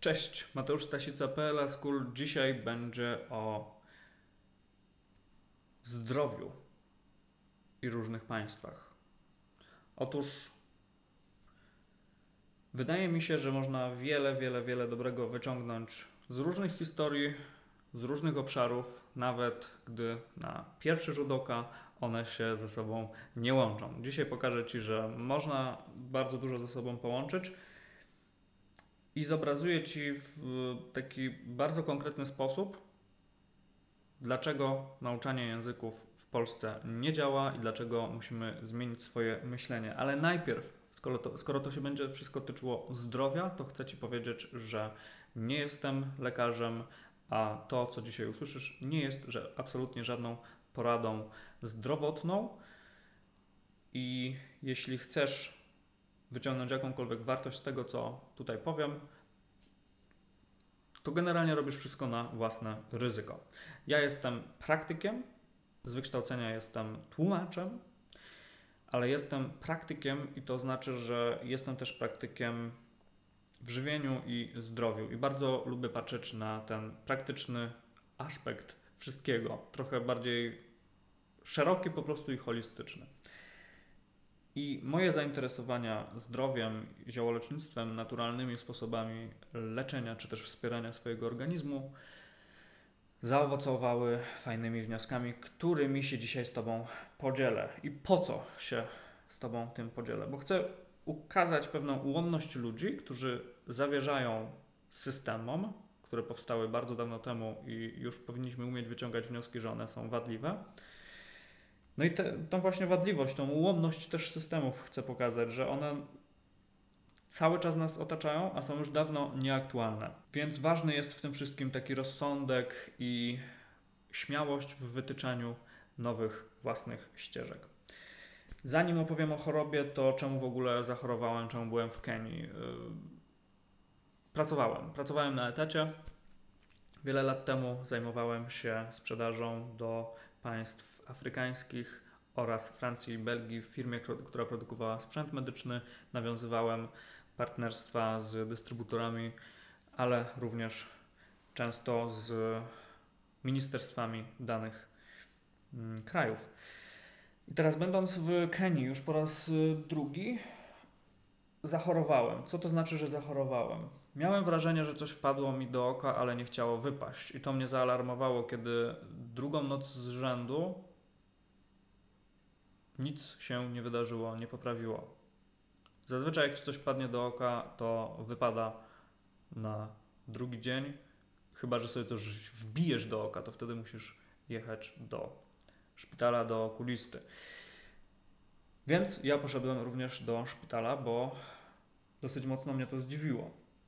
Cześć, Mateusz Stasica, PLA School. Dzisiaj będzie o zdrowiu i różnych państwach. Otóż wydaje mi się, że można wiele dobrego wyciągnąć z różnych historii, z różnych obszarów, nawet gdy na pierwszy rzut oka one się ze sobą nie łączą. Dzisiaj pokażę Ci, że można bardzo dużo ze sobą połączyć i zobrazuję Ci w taki bardzo konkretny sposób, dlaczego nauczanie języków w Polsce nie działa i dlaczego musimy zmienić swoje myślenie. Ale najpierw, skoro to się będzie wszystko tyczyło zdrowia, to chcę Ci powiedzieć, że nie jestem lekarzem, a to, co dzisiaj usłyszysz, nie jest absolutnie żadną poradą zdrowotną. I jeśli chcesz wyciągnąć jakąkolwiek wartość z tego, co tutaj powiem, to generalnie robisz wszystko na własne ryzyko. Ja jestem praktykiem, z wykształcenia jestem tłumaczem, ale jestem praktykiem i to znaczy, że jestem też praktykiem w żywieniu i zdrowiu i bardzo lubię patrzeć na ten praktyczny aspekt wszystkiego, trochę bardziej szeroki po prostu i holistyczny. I moje zainteresowania zdrowiem, ziołolecznictwem, naturalnymi sposobami leczenia czy też wspierania swojego organizmu zaowocowały fajnymi wnioskami, którymi się dzisiaj z Tobą podzielę. I po co się z Tobą tym podzielę? Bo chcę ukazać pewną ułomność ludzi, którzy zawierzają systemom, które powstały bardzo dawno temu i już powinniśmy umieć wyciągać wnioski, że one są wadliwe. No i tą właśnie wadliwość, tą ułomność też systemów chcę pokazać, że one cały czas nas otaczają, a są już dawno nieaktualne. Więc ważny jest w tym wszystkim taki rozsądek i śmiałość w wytyczaniu nowych własnych ścieżek. Zanim opowiem o chorobie, to czemu w ogóle zachorowałem, czemu byłem w Kenii. Pracowałem na etacie. Wiele lat temu zajmowałem się sprzedażą do państw afrykańskich oraz Francji i Belgii w firmie, która produkowała sprzęt medyczny. Nawiązywałem partnerstwa z dystrybutorami, ale również często z ministerstwami danych krajów. I teraz, będąc w Kenii już po raz drugi, zachorowałem. Co to znaczy, że zachorowałem? Miałem wrażenie, że coś wpadło mi do oka, ale nie chciało wypaść. I to mnie zaalarmowało, kiedy drugą noc z rzędu nic się nie wydarzyło, nie poprawiło. Zazwyczaj jak ci coś wpadnie do oka, to wypada na drugi dzień. Chyba że sobie to już wbijesz do oka, to wtedy musisz jechać do szpitala, do okulisty. Więc ja poszedłem również do szpitala, bo dosyć mocno mnie to zdziwiło.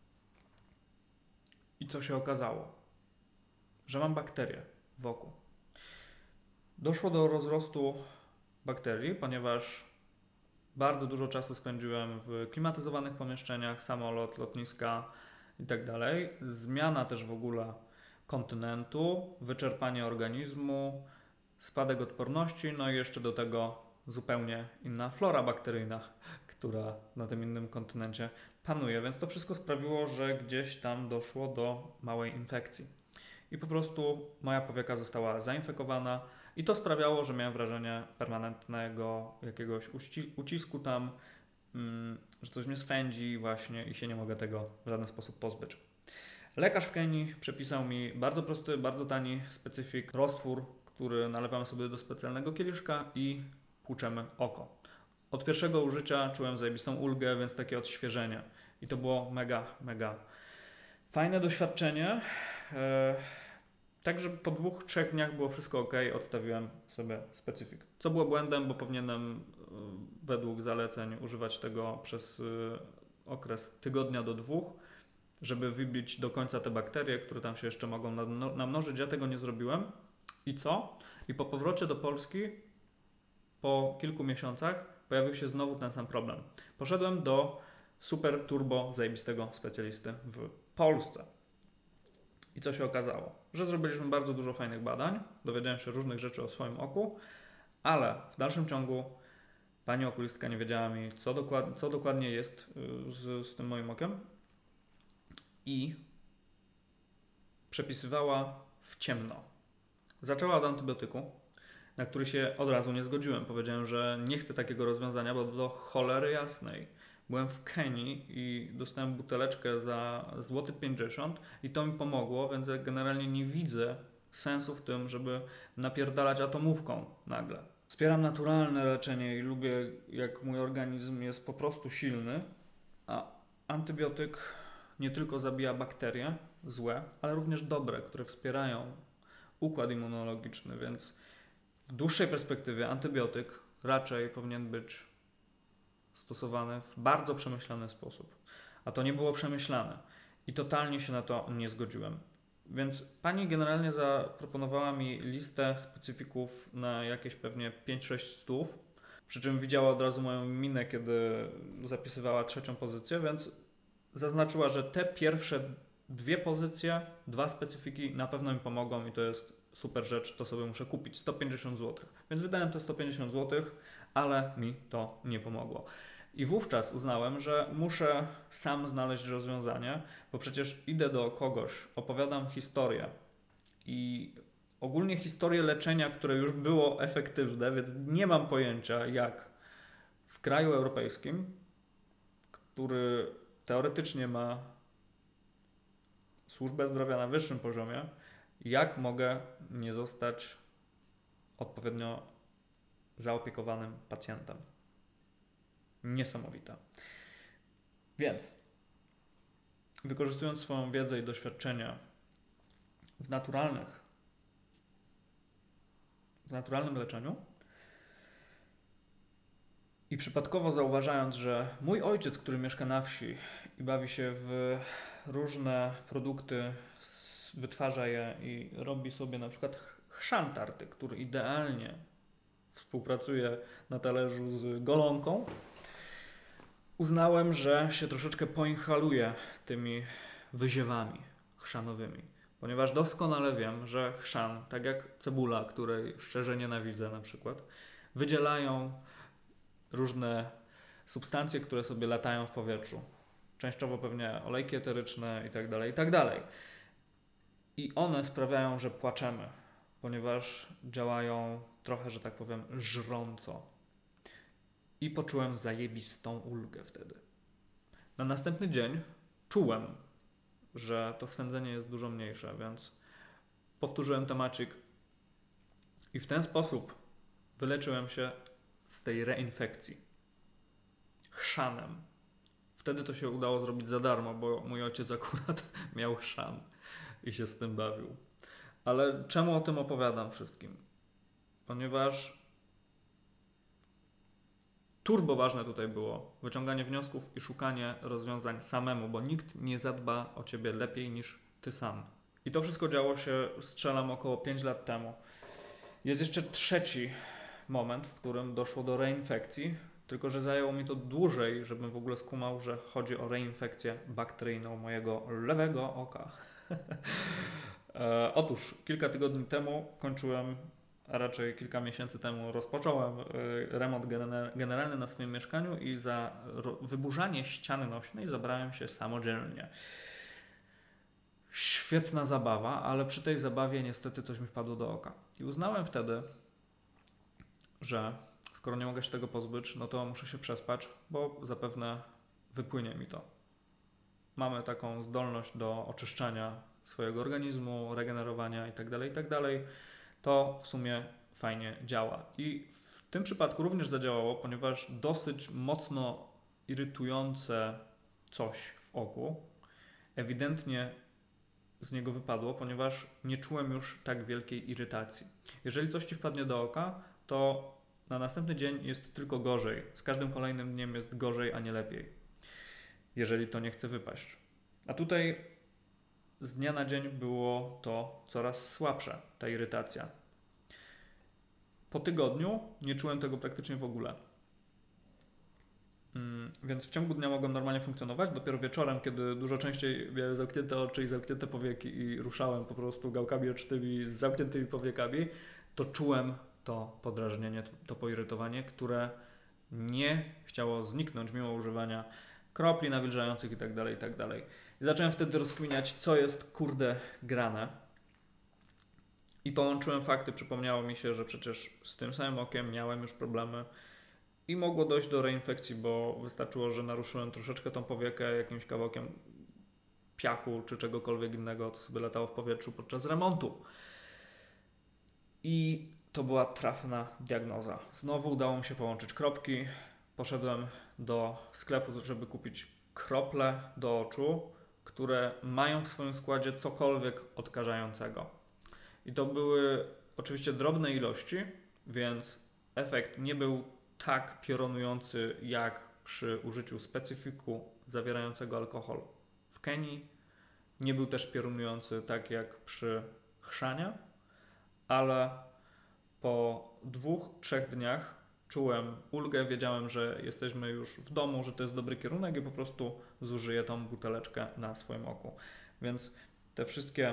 I co się okazało? Że mam bakterie wokół. Doszło do rozrostu bakterii, ponieważ bardzo dużo czasu spędziłem w klimatyzowanych pomieszczeniach, samolot, lotniska itd. Zmiana też w ogóle kontynentu, wyczerpanie organizmu, spadek odporności, no i jeszcze do tego zupełnie inna flora bakteryjna, która na tym innym kontynencie panuje. Więc to wszystko sprawiło, że gdzieś tam doszło do małej infekcji. I po prostu moja powieka została zainfekowana i to sprawiało, że miałem wrażenie permanentnego jakiegoś ucisku tam, że coś mnie swędzi właśnie i się nie mogę tego w żaden sposób pozbyć. Lekarz w Kenii przepisał mi bardzo prosty, bardzo tani specyfik, roztwór, który nalewamy sobie do specjalnego kieliszka i płuczemy oko. Od pierwszego użycia czułem zajebistą ulgę, więc takie odświeżenie. I to było mega fajne doświadczenie. Także po 2-3 dniach było wszystko ok, odstawiłem sobie specyfik. Co było błędem, bo powinienem według zaleceń używać tego przez okres tygodnia do 2, żeby wybić do końca te bakterie, które tam się jeszcze mogą namnożyć. Ja tego nie zrobiłem. I co? I po powrocie do Polski, po kilku miesiącach, pojawił się znowu ten sam problem. Poszedłem do super turbo zajebistego specjalisty w Polsce. I co się okazało? Że zrobiliśmy bardzo dużo fajnych badań, dowiedziałem się różnych rzeczy o swoim oku, ale w dalszym ciągu pani okulistka nie wiedziała mi, co dokładnie jest z tym moim okiem. i przepisywała w ciemno. Zaczęła od antybiotyku, na który się od razu nie zgodziłem. Powiedziałem, że nie chcę takiego rozwiązania, bo do cholery jasnej. Byłem w Kenii i dostałem buteleczkę za złoty 50 zł i to mi pomogło, więc ja generalnie nie widzę sensu w tym, żeby napierdalać atomówką nagle. Wspieram naturalne leczenie i lubię, jak mój organizm jest po prostu silny, a antybiotyk nie tylko zabija bakterie złe, ale również dobre, które wspierają układ immunologiczny, więc w dłuższej perspektywie antybiotyk raczej powinien być stosowany w bardzo przemyślany sposób. A to nie było przemyślane i totalnie się na to nie zgodziłem. Więc pani generalnie zaproponowała mi listę specyfików na jakieś pewnie 5-6 stów, przy czym widziała od razu moją minę, kiedy zapisywała trzecią pozycję, więc zaznaczyła, że te pierwsze 2 pozycje, 2 specyfiki na pewno mi pomogą i to jest super rzecz, to sobie muszę kupić 150 zł. Więc wydałem te 150 zł, ale mi to nie pomogło. I wówczas uznałem, że muszę sam znaleźć rozwiązanie, bo przecież idę do kogoś, opowiadam historię i ogólnie historię leczenia, które już było efektywne, więc nie mam pojęcia, jak w kraju europejskim, który teoretycznie ma służbę zdrowia na wyższym poziomie, jak mogę nie zostać odpowiednio zaopiekowanym pacjentem. Niesamowite. Więc wykorzystując swoją wiedzę i doświadczenia w naturalnym leczeniu i przypadkowo zauważając, że mój ojciec, który mieszka na wsi i bawi się w różne produkty, wytwarza je i robi sobie na przykład chrzan tarty, który idealnie współpracuje na talerzu z golonką, uznałem, że się troszeczkę poinhaluję tymi wyziewami chrzanowymi, ponieważ doskonale wiem, że chrzan, tak jak cebula, której szczerze nienawidzę na przykład, wydzielają różne substancje, które sobie latają w powietrzu. Częściowo pewnie olejki eteryczne itd., itd. I one sprawiają, że płaczemy, ponieważ działają trochę, że tak powiem, żrąco. I poczułem zajebistą ulgę wtedy. Na następny dzień czułem, że to swędzenie jest dużo mniejsze, więc powtórzyłem temacik i w ten sposób wyleczyłem się z tej reinfekcji chrzanem. Wtedy to się udało zrobić za darmo, bo mój ojciec akurat miał chrzan i się z tym bawił. Ale czemu o tym opowiadam wszystkim? Ponieważ turbo ważne tutaj było wyciąganie wniosków i szukanie rozwiązań samemu, bo nikt nie zadba o ciebie lepiej niż ty sam. I to wszystko działo się, strzelam, około 5 lat temu. Jest jeszcze trzeci moment, w którym doszło do reinfekcji, tylko że zajęło mi to dłużej, żebym w ogóle skumał, że chodzi o reinfekcję bakteryjną mojego lewego oka. Otóż kilka tygodni temu kończyłem, a raczej kilka miesięcy temu rozpocząłem remont generalny na swoim mieszkaniu i za wyburzanie ściany nośnej zabrałem się samodzielnie. Świetna zabawa, ale przy tej zabawie niestety coś mi wpadło do oka. I uznałem wtedy, że skoro nie mogę się tego pozbyć, no to muszę się przespać, bo zapewne wypłynie mi to. Mamy taką zdolność do oczyszczania swojego organizmu, regenerowania itd. To w sumie fajnie działa. I w tym przypadku również zadziałało, ponieważ dosyć mocno irytujące coś w oku ewidentnie z niego wypadło, ponieważ nie czułem już tak wielkiej irytacji. Jeżeli coś ci wpadnie do oka, to na następny dzień jest tylko gorzej. Z każdym kolejnym dniem jest gorzej, a nie lepiej. Jeżeli to nie chce wypaść. A tutaj z dnia na dzień było to coraz słabsze, ta irytacja. Po tygodniu nie czułem tego praktycznie w ogóle. Więc w ciągu dnia mogłem normalnie funkcjonować. Dopiero wieczorem, kiedy dużo częściej miałem zamknięte oczy i zamknięte powieki i ruszałem po prostu gałkami ocznymi z zamkniętymi powiekami, to czułem to podrażnienie, to poirytowanie, które nie chciało zniknąć mimo używania kropli nawilżających itd. I zacząłem wtedy rozkminiać, co jest kurde grane. I połączyłem fakty, przypomniało mi się, że przecież z tym samym okiem miałem już problemy i mogło dojść do reinfekcji, bo wystarczyło, że naruszyłem troszeczkę tą powiekę jakimś kawałkiem piachu czy czegokolwiek innego, co sobie latało w powietrzu podczas remontu. I to była trafna diagnoza. Znowu udało mi się połączyć kropki. Poszedłem do sklepu, żeby kupić krople do oczu, które mają w swoim składzie cokolwiek odkażającego. I to były oczywiście drobne ilości, więc efekt nie był tak piorunujący jak przy użyciu specyfiku zawierającego alkohol w Kenii. Nie był też piorunujący tak jak przy chrzanie, ale po 2-3 dniach czułem ulgę, wiedziałem, że jesteśmy już w domu, że to jest dobry kierunek i po prostu zużyję tą buteleczkę na swoim oku. Więc te wszystkie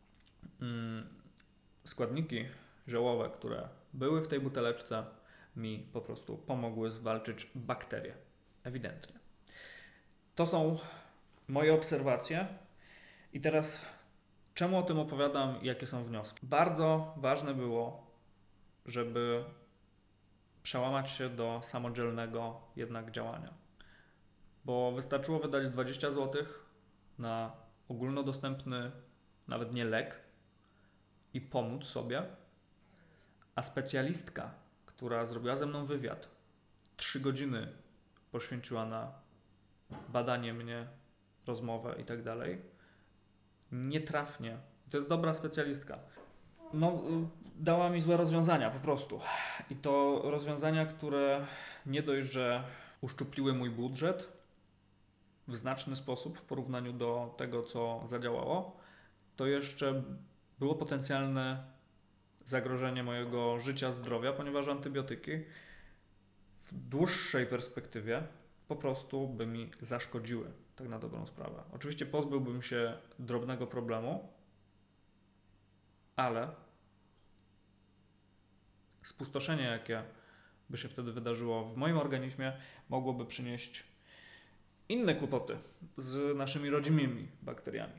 składniki ziołowe, które były w tej buteleczce, mi po prostu pomogły zwalczyć bakterie. Ewidentnie. To są moje obserwacje. I teraz czemu o tym opowiadam i jakie są wnioski? Bardzo ważne było, żeby przełamać się do samodzielnego jednak działania. Bo wystarczyło wydać 20 zł na ogólnodostępny, nawet nie lek, i pomóc sobie, a specjalistka, która zrobiła ze mną wywiad, 3 godziny poświęciła na badanie mnie, rozmowę i tak dalej, nietrafnie, to jest dobra specjalistka, dała mi złe rozwiązania po prostu. I to rozwiązania, które nie dość, że uszczupliły mój budżet w znaczny sposób w porównaniu do tego, co zadziałało, to jeszcze było potencjalne zagrożenie mojego życia, zdrowia, ponieważ antybiotyki w dłuższej perspektywie po prostu by mi zaszkodziły, tak na dobrą sprawę. Oczywiście pozbyłbym się drobnego problemu, ale spustoszenie, jakie by się wtedy wydarzyło w moim organizmie, mogłoby przynieść inne kłopoty z naszymi rodzimymi bakteriami.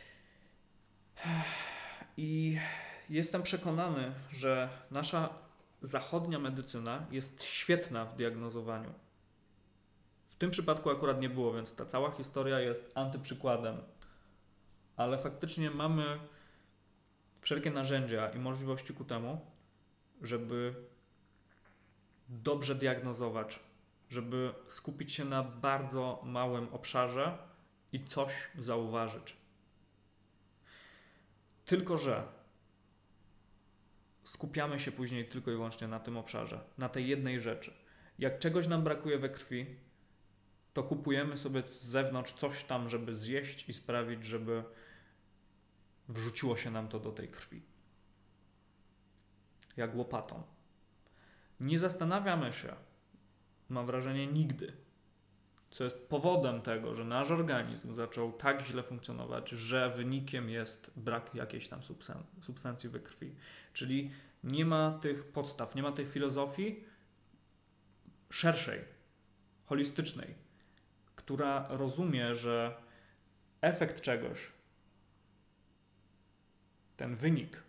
I jestem przekonany, że nasza zachodnia medycyna jest świetna w diagnozowaniu. W tym przypadku akurat nie było, więc ta cała historia jest antyprzykładem. Ale faktycznie mamy wszelkie narzędzia i możliwości ku temu, żeby dobrze diagnozować, żeby skupić się na bardzo małym obszarze i coś zauważyć. Tylko że skupiamy się później tylko i wyłącznie na tym obszarze, na tej jednej rzeczy. Jak czegoś nam brakuje we krwi, to kupujemy sobie z zewnątrz coś tam, żeby zjeść i sprawić, żeby wrzuciło się nam to do tej krwi. Jak łopatą. Nie zastanawiamy się, mam wrażenie, nigdy, co jest powodem tego, że nasz organizm zaczął tak źle funkcjonować, że wynikiem jest brak jakiejś tam substancji we krwi. Czyli nie ma tych podstaw, nie ma tej filozofii szerszej, holistycznej, która rozumie, że efekt czegoś, ten wynik,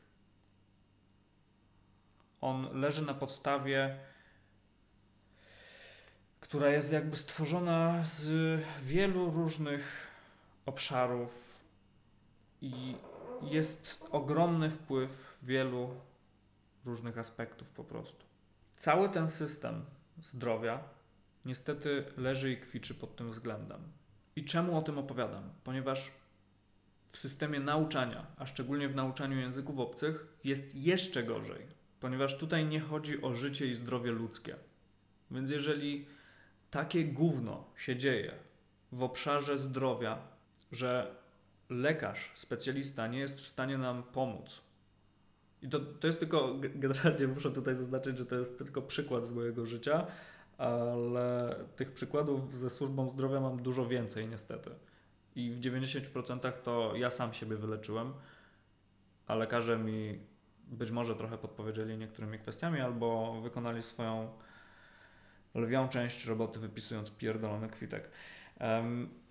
on leży na podstawie, która jest jakby stworzona z wielu różnych obszarów i jest ogromny wpływ wielu różnych aspektów po prostu. Cały ten system zdrowia niestety leży i kwiczy pod tym względem. I czemu o tym opowiadam? Ponieważ w systemie nauczania, a szczególnie w nauczaniu języków obcych, jest jeszcze gorzej. Ponieważ tutaj nie chodzi o życie i zdrowie ludzkie. Więc jeżeli takie gówno się dzieje w obszarze zdrowia, że lekarz, specjalista nie jest w stanie nam pomóc. I to jest tylko, generalnie muszę tutaj zaznaczyć, że to jest tylko przykład z mojego życia, ale tych przykładów ze służbą zdrowia mam dużo więcej niestety. I w 90% to ja sam siebie wyleczyłem, a lekarze mi być może trochę podpowiedzieli niektórymi kwestiami albo wykonali swoją lwią część roboty, wypisując pierdolony kwitek.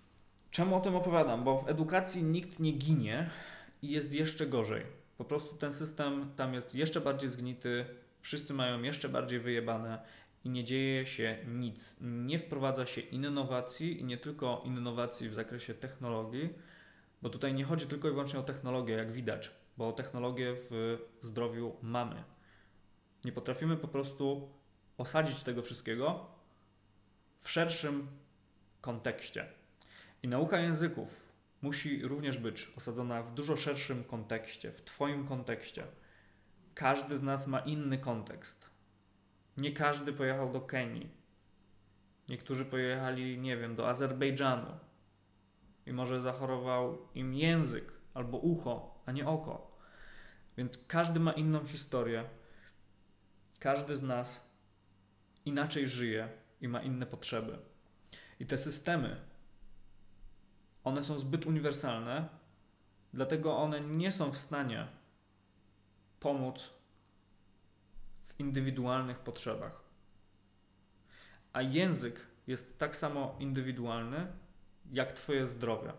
Czemu o tym opowiadam? Bo w edukacji nikt nie ginie i jest jeszcze gorzej. Po prostu ten system tam jest jeszcze bardziej zgnity, wszyscy mają jeszcze bardziej wyjebane i nie dzieje się nic. Nie wprowadza się innowacji i nie tylko innowacji w zakresie technologii, bo tutaj nie chodzi tylko i wyłącznie o technologię, jak widać, bo technologię w zdrowiu mamy. Nie potrafimy po prostu osadzić tego wszystkiego w szerszym kontekście. I nauka języków musi również być osadzona w dużo szerszym kontekście, w Twoim kontekście. Każdy z nas ma inny kontekst. Nie każdy pojechał do Kenii. Niektórzy pojechali, nie wiem, do Azerbejdżanu i może zachorował im język albo ucho, a nie oko. Więc każdy ma inną historię. Każdy z nas inaczej żyje i ma inne potrzeby. I te systemy, one są zbyt uniwersalne, dlatego one nie są w stanie pomóc w indywidualnych potrzebach. A język jest tak samo indywidualny, jak Twoje zdrowie.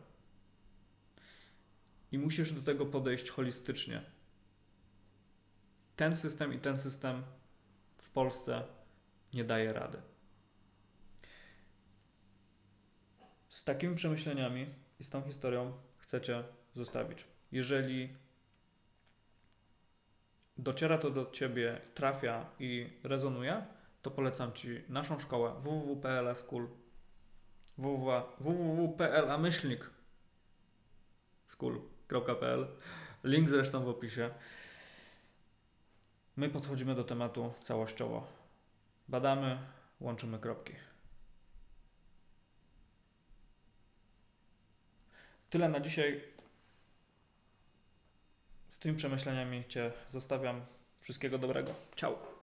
I musisz do tego podejść holistycznie. Ten system i ten system w Polsce nie daje rady. Z takimi przemyśleniami i z tą historią chcecie zostawić. Jeżeli dociera to do Ciebie, trafia i rezonuje, to polecam Ci naszą szkołę www.pl.school www.pl-school.pl. Link zresztą w opisie. My podchodzimy do tematu całościowo. Badamy, łączymy kropki. Tyle na dzisiaj. Z tymi przemyśleniami Cię zostawiam. Wszystkiego dobrego. Ciao.